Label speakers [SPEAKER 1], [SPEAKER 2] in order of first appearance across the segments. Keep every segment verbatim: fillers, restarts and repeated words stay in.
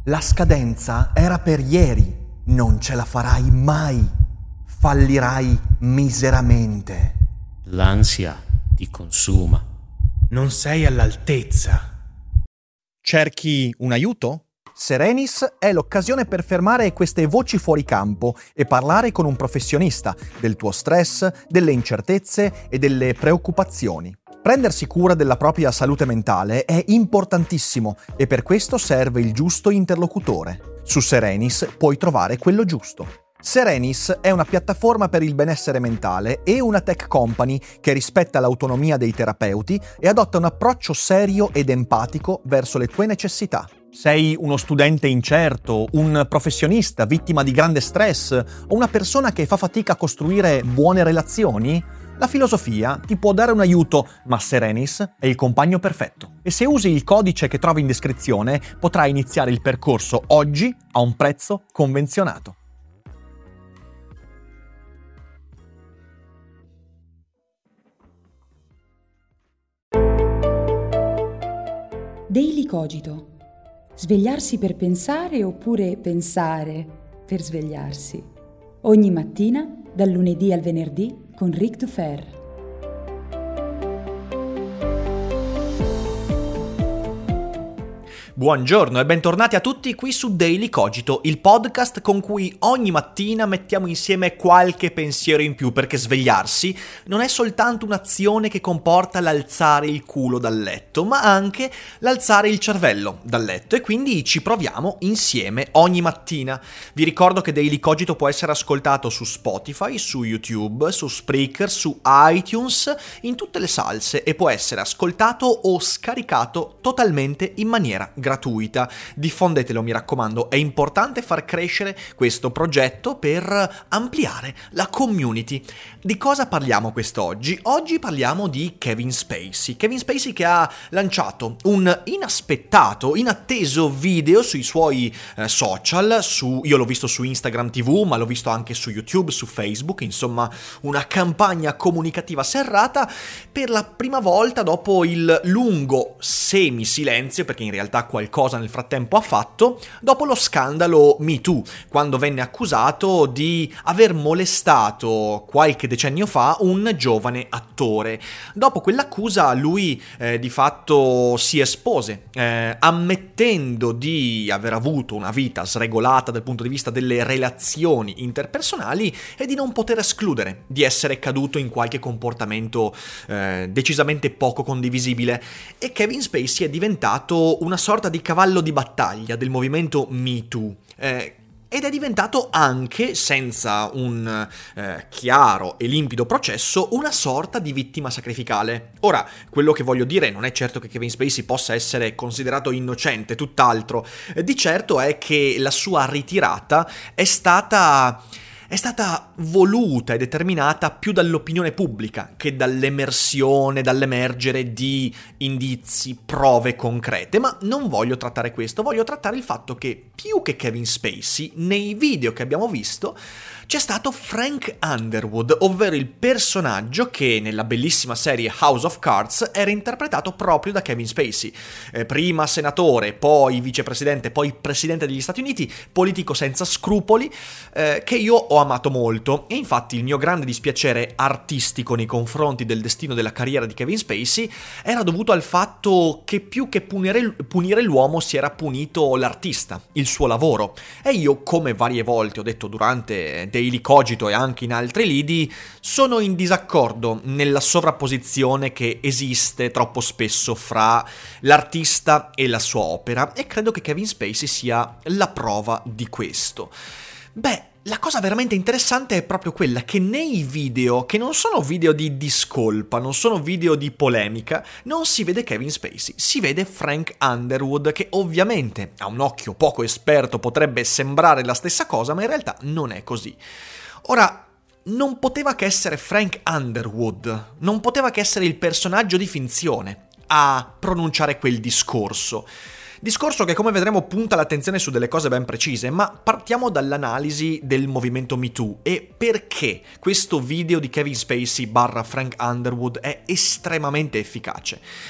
[SPEAKER 1] La scadenza era per ieri, non ce la farai mai, fallirai miseramente.
[SPEAKER 2] L'ansia ti consuma.
[SPEAKER 3] Non sei all'altezza.
[SPEAKER 1] Cerchi un aiuto? Serenis è l'occasione per fermare queste voci fuori campo e parlare con un professionista del tuo stress, delle incertezze e delle preoccupazioni. Prendersi cura della propria salute mentale è importantissimo e per questo serve il giusto interlocutore. Su Serenis puoi trovare quello giusto. Serenis è una piattaforma per il benessere mentale e una tech company che rispetta l'autonomia dei terapeuti e adotta un approccio serio ed empatico verso le tue necessità. Sei uno studente incerto, un professionista vittima di grande stress o una persona che fa fatica a costruire buone relazioni? La filosofia ti può dare un aiuto, ma Serenis è il compagno perfetto. E se usi il codice che trovi in descrizione, potrai iniziare il percorso oggi a un prezzo convenzionato.
[SPEAKER 4] Daily Cogito. Svegliarsi per pensare oppure pensare per svegliarsi. Ogni mattina, dal lunedì al venerdì, con Ric Dufer.
[SPEAKER 1] Buongiorno e bentornati a tutti qui su Daily Cogito, il podcast con cui ogni mattina mettiamo insieme qualche pensiero in più, perché svegliarsi non è soltanto un'azione che comporta l'alzare il culo dal letto, ma anche l'alzare il cervello dal letto, e quindi ci proviamo insieme ogni mattina. Vi ricordo che Daily Cogito può essere ascoltato su Spotify, su YouTube, su Spreaker, su iTunes, in tutte le salse, e può essere ascoltato o scaricato totalmente in maniera gratuita. Diffondetelo, mi raccomando, è importante far crescere questo progetto per ampliare la community. Di cosa parliamo quest'oggi? Oggi parliamo di Kevin Spacey. Kevin Spacey che ha lanciato un inaspettato, inatteso video sui suoi eh, social, su, io l'ho visto su Instagram T V, ma l'ho visto anche su YouTube, su Facebook, insomma una campagna comunicativa serrata per la prima volta dopo il lungo semi-silenzio, perché in realtà qualcosa nel frattempo ha fatto, dopo lo scandalo Me Too, quando venne accusato di aver molestato qualche decennio fa un giovane attore. Dopo quell'accusa lui eh, di fatto si espose, eh, ammettendo di aver avuto una vita sregolata dal punto di vista delle relazioni interpersonali e di non poter escludere di essere caduto in qualche comportamento eh, decisamente poco condivisibile. E Kevin Spacey è diventato una sorta di cavallo di battaglia del movimento Me Too, eh, ed è diventato anche, senza un eh, chiaro e limpido processo, una sorta di vittima sacrificale. Ora, quello che voglio dire non è certo che Kevin Spacey possa essere considerato innocente, tutt'altro. Di certo è che la sua ritirata è stata... è stata voluta e determinata più dall'opinione pubblica che dall'emersione, dall'emergere di indizi, prove concrete. Ma non voglio trattare questo, voglio trattare il fatto che più che Kevin Spacey, nei video che abbiamo visto, c'è stato Frank Underwood, ovvero il personaggio che nella bellissima serie House of Cards era interpretato proprio da Kevin Spacey. Eh, prima senatore, poi vicepresidente, poi presidente degli Stati Uniti, politico senza scrupoli, eh, che io ho amato molto. E infatti il mio grande dispiacere artistico nei confronti del destino della carriera di Kevin Spacey era dovuto al fatto che più che punire, punire l'uomo si era punito l'artista, il suo lavoro. E io, come varie volte ho detto durante Daily Cogito e anche in altri lidi, sono in disaccordo nella sovrapposizione che esiste troppo spesso fra l'artista e la sua opera, e credo che Kevin Spacey sia la prova di questo. Beh, la cosa veramente interessante è proprio quella che nei video, che non sono video di discolpa, non sono video di polemica, non si vede Kevin Spacey, si vede Frank Underwood, che ovviamente a un occhio poco esperto potrebbe sembrare la stessa cosa, ma in realtà non è così. Ora, non poteva che essere Frank Underwood, non poteva che essere il personaggio di finzione a pronunciare quel discorso. Discorso che, come vedremo, punta l'attenzione su delle cose ben precise, ma partiamo dall'analisi del movimento Me Too e perché questo video di Kevin Spacey barra Frank Underwood è estremamente efficace.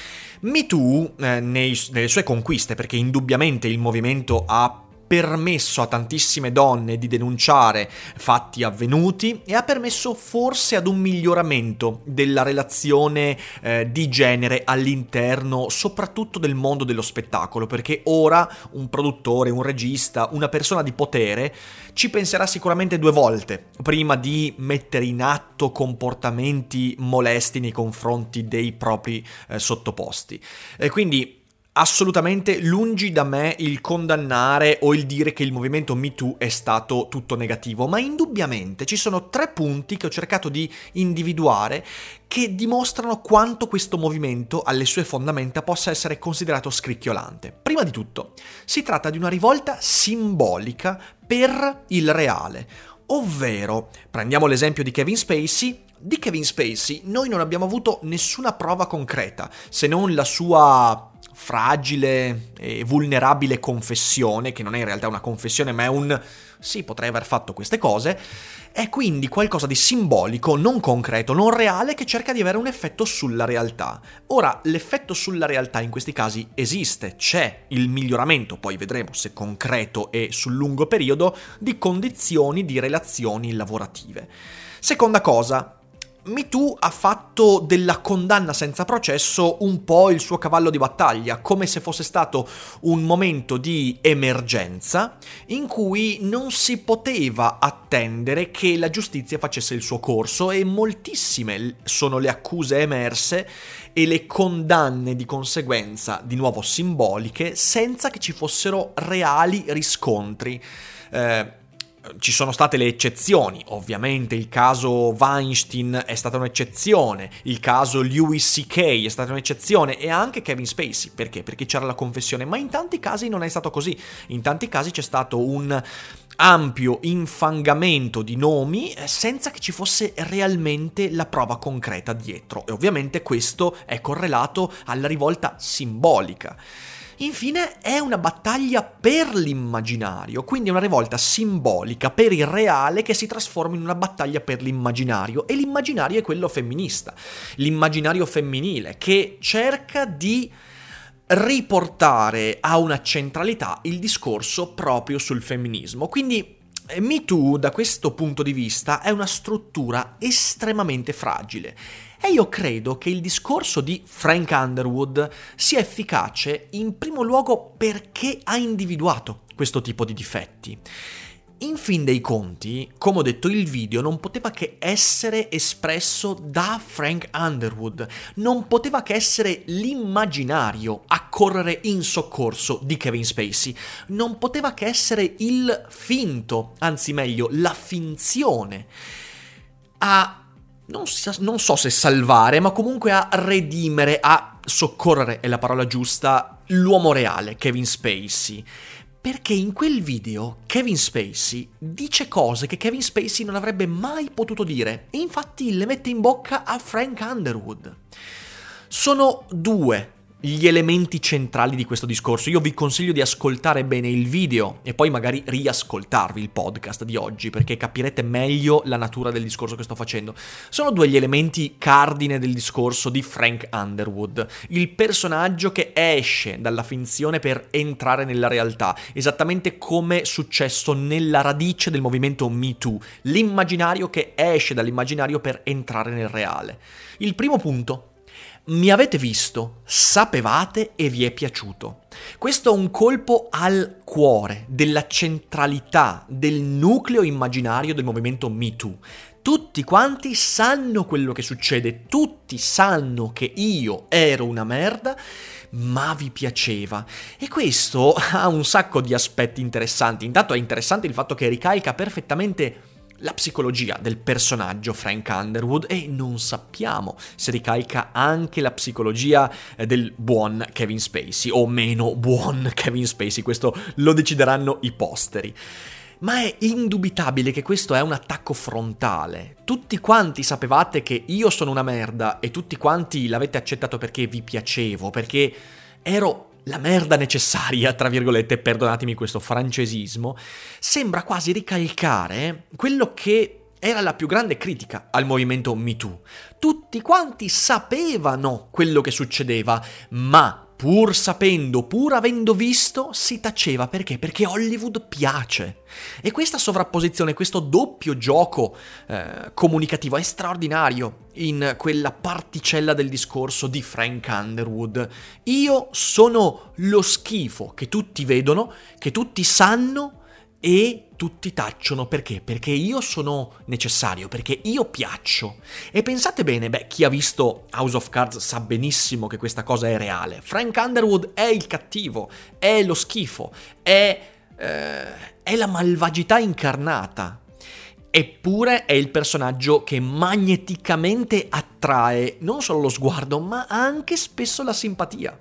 [SPEAKER 1] Me Too, eh, nei, nelle sue conquiste, perché indubbiamente il movimento ha permesso a tantissime donne di denunciare fatti avvenuti e ha permesso forse ad un miglioramento della relazione eh, di genere all'interno soprattutto del mondo dello spettacolo, perché ora un produttore, un regista, una persona di potere ci penserà sicuramente due volte prima di mettere in atto comportamenti molesti nei confronti dei propri eh, sottoposti. E quindi assolutamente lungi da me il condannare o il dire che il movimento Me Too è stato tutto negativo, ma indubbiamente ci sono tre punti che ho cercato di individuare che dimostrano quanto questo movimento alle sue fondamenta possa essere considerato scricchiolante. Prima di tutto, si tratta di una rivolta simbolica per il reale, ovvero, prendiamo l'esempio di Kevin Spacey. Di Kevin Spacey noi non abbiamo avuto nessuna prova concreta, se non la sua fragile e vulnerabile confessione, che non è in realtà una confessione ma è un sì, potrei aver fatto queste cose, è quindi qualcosa di simbolico, non concreto, non reale, che cerca di avere un effetto sulla realtà. Ora, l'effetto sulla realtà in questi casi esiste, c'è il miglioramento, poi vedremo se concreto e sul lungo periodo, di condizioni di relazioni lavorative. Seconda cosa, Me Too ha fatto della condanna senza processo un po' il suo cavallo di battaglia, come se fosse stato un momento di emergenza in cui non si poteva attendere che la giustizia facesse il suo corso, e moltissime sono le accuse emerse e le condanne di conseguenza, di nuovo simboliche, senza che ci fossero reali riscontri. Eh, Ci sono state le eccezioni, ovviamente il caso Weinstein è stata un'eccezione, il caso Louis C K è stata un'eccezione e anche Kevin Spacey, perché? Perché c'era la confessione, ma in tanti casi non è stato così, in tanti casi c'è stato un ampio infangamento di nomi senza che ci fosse realmente la prova concreta dietro, e ovviamente questo è correlato alla rivolta simbolica. Infine è una battaglia per l'immaginario, quindi è una rivolta simbolica per il reale che si trasforma in una battaglia per l'immaginario, e l'immaginario è quello femminista, l'immaginario femminile che cerca di riportare a una centralità il discorso proprio sul femminismo. Quindi Me Too, da questo punto di vista, è una struttura estremamente fragile. E io credo che il discorso di Frank Underwood sia efficace in primo luogo perché ha individuato questo tipo di difetti. In fin dei conti, come ho detto, il video non poteva che essere espresso da Frank Underwood, non poteva che essere l'immaginario a correre in soccorso di Kevin Spacey, non poteva che essere il finto, anzi meglio, la finzione a Non, non so se salvare, ma comunque a redimere, a soccorrere, è la parola giusta, l'uomo reale, Kevin Spacey. Perché in quel video Kevin Spacey dice cose che Kevin Spacey non avrebbe mai potuto dire, e infatti le mette in bocca a Frank Underwood. Sono due gli elementi centrali di questo discorso. Io vi consiglio di ascoltare bene il video e poi magari riascoltarvi il podcast di oggi, perché capirete meglio la natura del discorso che sto facendo. Sono due gli elementi cardine del discorso di Frank Underwood: il personaggio che esce dalla finzione per entrare nella realtà, esattamente come è successo nella radice del movimento Me Too, l'immaginario che esce dall'immaginario per entrare nel reale. Il primo punto: mi avete visto, sapevate e vi è piaciuto. Questo è un colpo al cuore della centralità, del nucleo immaginario del movimento Me Too. Tutti quanti sanno quello che succede, tutti sanno che io ero una merda, ma vi piaceva. E questo ha un sacco di aspetti interessanti. Intanto è interessante il fatto che ricalca perfettamente la psicologia del personaggio Frank Underwood, e non sappiamo se ricalca anche la psicologia del buon Kevin Spacey o meno buon Kevin Spacey. Questo lo decideranno i posteri. Ma è indubitabile che questo è un attacco frontale. Tutti quanti sapevate che io sono una merda e tutti quanti l'avete accettato perché vi piacevo, perché ero la merda necessaria, tra virgolette, perdonatemi questo francesismo. Sembra quasi ricalcare quello che era la più grande critica al movimento Me Too. Tutti quanti sapevano quello che succedeva, ma pur sapendo, pur avendo visto, si taceva. Perché? Perché Hollywood piace. E questa sovrapposizione, questo doppio gioco eh, comunicativo è straordinario in quella particella del discorso di Frank Underwood. Io sono lo schifo che tutti vedono, che tutti sanno e tutti tacciono. Perché? Perché io sono necessario, perché io piaccio. E pensate bene, beh, chi ha visto House of Cards sa benissimo che questa cosa è reale. Frank Underwood è il cattivo, è lo schifo, è, eh, è la malvagità incarnata. Eppure è il personaggio che magneticamente attrae non solo lo sguardo, ma anche spesso la simpatia.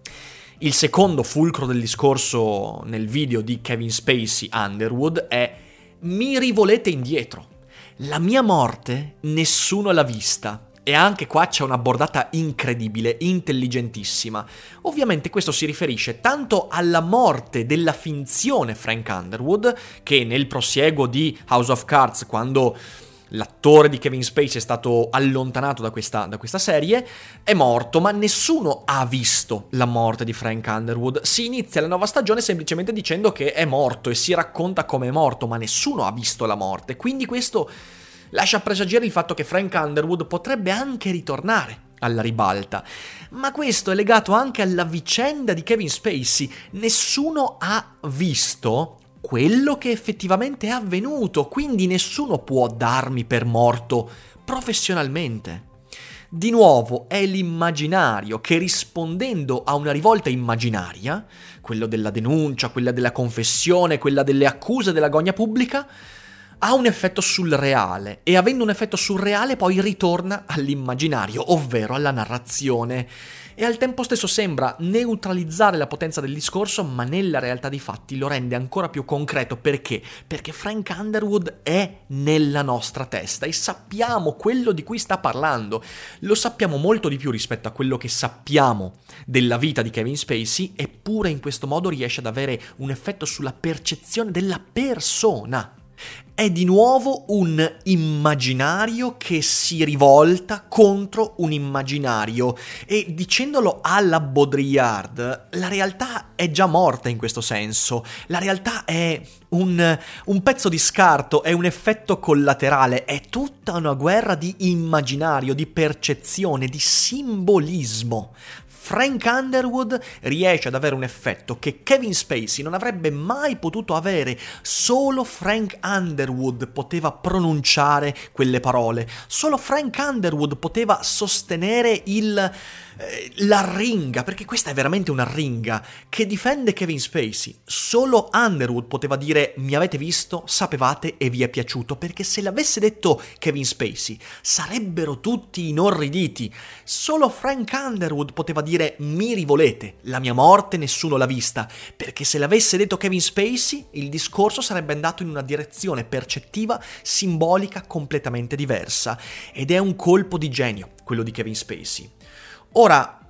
[SPEAKER 1] Il secondo fulcro del discorso nel video di Kevin Spacey Underwood è: mi rivolete indietro. La mia morte nessuno l'ha vista. E anche qua c'è una bordata incredibile, intelligentissima. Ovviamente questo si riferisce tanto alla morte della finzione Frank Underwood, che nel prosieguo di House of Cards, quando l'attore di Kevin Spacey è stato allontanato da questa, da questa serie, è morto, ma nessuno ha visto la morte di Frank Underwood. Si inizia la nuova stagione semplicemente dicendo che è morto e si racconta come è morto, ma nessuno ha visto la morte. Quindi questo lascia presagire il fatto che Frank Underwood potrebbe anche ritornare alla ribalta. Ma questo è legato anche alla vicenda di Kevin Spacey. Nessuno ha visto quello che effettivamente è avvenuto, quindi nessuno può darmi per morto professionalmente. Di nuovo è l'immaginario che, rispondendo a una rivolta immaginaria, quello della denuncia, quella della confessione, quella delle accuse della gogna pubblica, ha un effetto sul reale, e avendo un effetto sul reale poi ritorna all'immaginario, ovvero alla narrazione, e al tempo stesso sembra neutralizzare la potenza del discorso, ma nella realtà dei fatti lo rende ancora più concreto. Perché? Perché Frank Underwood è nella nostra testa e sappiamo quello di cui sta parlando. Lo sappiamo molto di più rispetto a quello che sappiamo della vita di Kevin Spacey, eppure in questo modo riesce ad avere un effetto sulla percezione della persona. È di nuovo un immaginario che si rivolta contro un immaginario, e dicendolo alla Baudrillard, la realtà è già morta in questo senso. La realtà è un, un pezzo di scarto, è un effetto collaterale, è tutta una guerra di immaginario, di percezione, di simbolismo. Frank Underwood riesce ad avere un effetto che Kevin Spacey non avrebbe mai potuto avere. Solo Frank Underwood poteva pronunciare quelle parole. Solo Frank Underwood poteva sostenere il, eh, la ringa, perché questa è veramente una ringa che difende Kevin Spacey. Solo Underwood poteva dire: mi avete visto, sapevate e vi è piaciuto, perché se l'avesse detto Kevin Spacey sarebbero tutti inorriditi. Solo Frank Underwood poteva dire: mi rivolete, la mia morte nessuno l'ha vista, perché se l'avesse detto Kevin Spacey il discorso sarebbe andato in una direzione percettiva, simbolica completamente diversa. Ed è un colpo di genio quello di Kevin Spacey. Ora,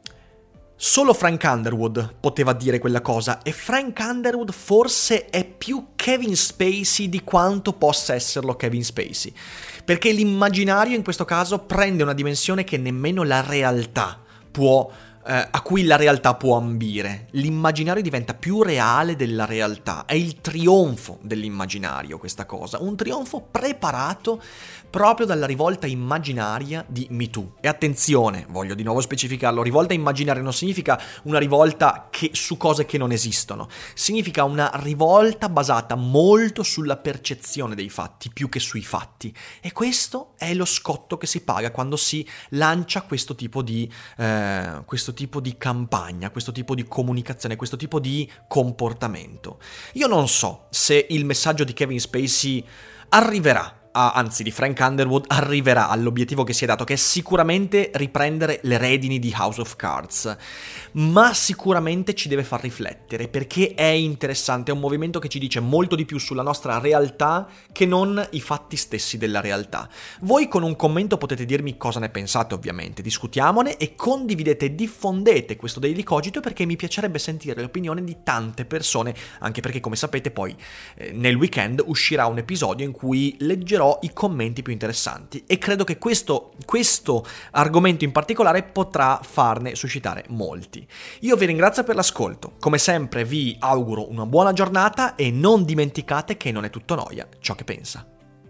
[SPEAKER 1] solo Frank Underwood poteva dire quella cosa, e Frank Underwood forse è più Kevin Spacey di quanto possa esserlo Kevin Spacey, perché l'immaginario in questo caso prende una dimensione che nemmeno la realtà può, eh, a cui la realtà può ambire. L'immaginario diventa più reale della realtà. È il trionfo dell'immaginario questa cosa, un trionfo preparato proprio dalla rivolta immaginaria di Me Too. E attenzione, voglio di nuovo specificarlo, rivolta immaginaria non significa una rivolta che, su cose che non esistono, significa una rivolta basata molto sulla percezione dei fatti più che sui fatti. E questo è lo scotto che si paga quando si lancia questo tipo di eh, questo tipo di campagna, questo tipo di comunicazione, questo tipo di comportamento. Io non so se il messaggio di Kevin Spacey arriverà, Ah, anzi di Frank Underwood arriverà all'obiettivo che si è dato, che è sicuramente riprendere le redini di House of Cards, ma sicuramente ci deve far riflettere, perché è interessante, è un movimento che ci dice molto di più sulla nostra realtà che non i fatti stessi della realtà. Voi con un commento potete dirmi cosa ne pensate, ovviamente, discutiamone e condividete e diffondete questo Daily Cogito, perché mi piacerebbe sentire l'opinione di tante persone, anche perché come sapete poi eh, nel weekend uscirà un episodio in cui leggerò leggerò i commenti più interessanti e credo che questo, questo argomento in particolare potrà farne suscitare molti. Io vi ringrazio per l'ascolto, come sempre vi auguro una buona giornata e non dimenticate che non è tutto noia ciò che pensa.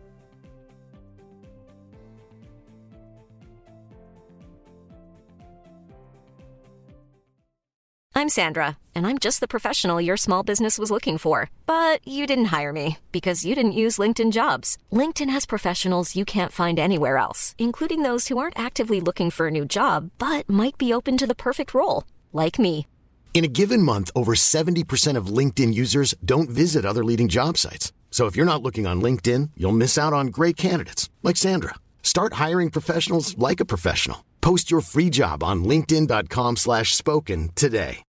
[SPEAKER 5] I'm Sandra, and I'm just the professional your small business was looking for. But you didn't hire me because you didn't use LinkedIn Jobs. LinkedIn has professionals you can't find anywhere else, including those who aren't actively looking for a new job, but might be open to the perfect role, like me.
[SPEAKER 6] In a given month, over seventy percent of LinkedIn users don't visit other leading job sites. So if you're not looking on LinkedIn, you'll miss out on great candidates like Sandra. Start hiring professionals like a professional. Post your free job on linkedin dot com slash spoken today.